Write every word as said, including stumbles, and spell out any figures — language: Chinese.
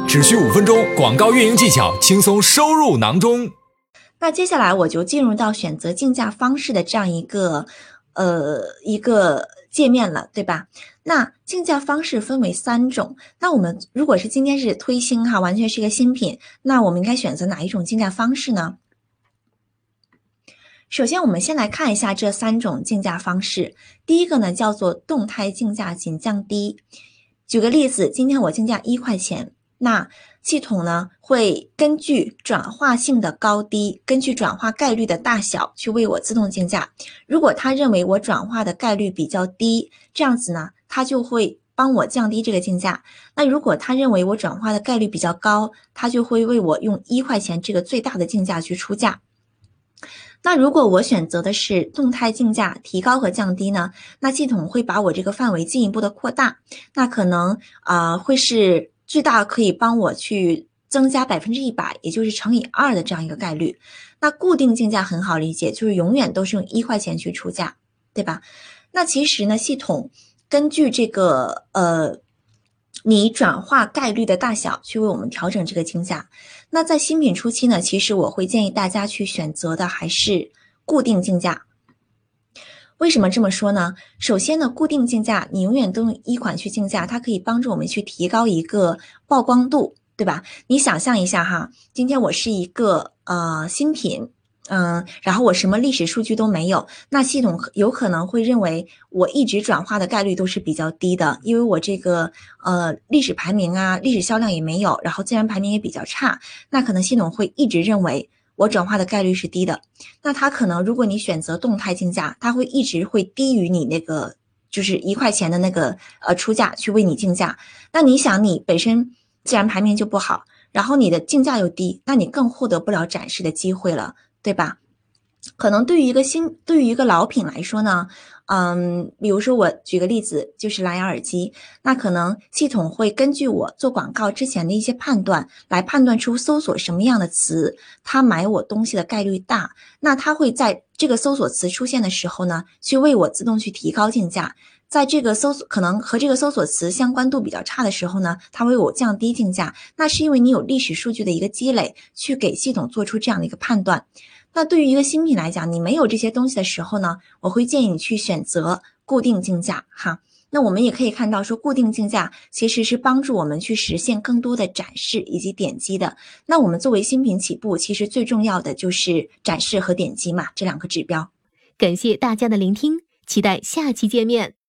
只需五分钟，广告运营技巧轻松收入囊中。 那接下来我就进入到选择竞价方式的这样一个呃一个界面了，对吧？那竞价方式分为三种，那我们如果是今天是推新哈，完全是一个新品，那我们应该选择哪一种竞价方式呢？首先我们先来看一下这三种竞价方式。第一个呢叫做动态竞价仅降低。举个例子，今天我竞价一块钱，那系统呢会根据转化性的高低，根据转化概率的大小去为我自动竞价。如果他认为我转化的概率比较低，这样子呢他就会帮我降低这个竞价。那如果他认为我转化的概率比较高，他就会为我用一块钱这个最大的竞价去出价。那如果我选择的是动态竞价提高和降低呢，那系统会把我这个范围进一步的扩大，那可能啊、呃、会是最大可以帮我去增加百分之一百，也就是乘以二的这样一个概率。那固定竞价很好理解，就是永远都是用一块钱去出价，对吧？那其实呢，系统根据这个呃你转化概率的大小去为我们调整这个竞价。那在新品初期呢，其实我会建议大家去选择的还是固定竞价。为什么这么说呢？首先呢，固定竞价你永远都用一款去竞价，它可以帮助我们去提高一个曝光度，对吧？你想象一下哈，今天我是一个呃新品，嗯，然后我什么历史数据都没有，那系统有可能会认为我一直转化的概率都是比较低的，因为我这个呃历史排名啊、历史销量也没有，然后自然排名也比较差，那可能系统会一直认为我转化的概率是低的。那它可能如果你选择动态竞价，它会一直会低于你那个就是一块钱的那个呃出价去为你竞价。那你想你本身自然排名就不好，然后你的竞价又低，那你更获得不了展示的机会了，对吧？可能对于一个新对于一个老品来说呢，嗯，比如说我举个例子，就是蓝牙耳机，那可能系统会根据我做广告之前的一些判断，来判断出搜索什么样的词，他买我东西的概率大，那他会在这个搜索词出现的时候呢，去为我自动去提高竞价。在这个搜索可能和这个搜索词相关度比较差的时候呢，它为我降低竞价，那是因为你有历史数据的一个积累，去给系统做出这样的一个判断。那对于一个新品来讲，你没有这些东西的时候呢，我会建议你去选择固定竞价哈。那我们也可以看到说，固定竞价其实是帮助我们去实现更多的展示以及点击的。那我们作为新品起步，其实最重要的就是展示和点击嘛，这两个指标。 感谢大家的聆听，期待下期见面。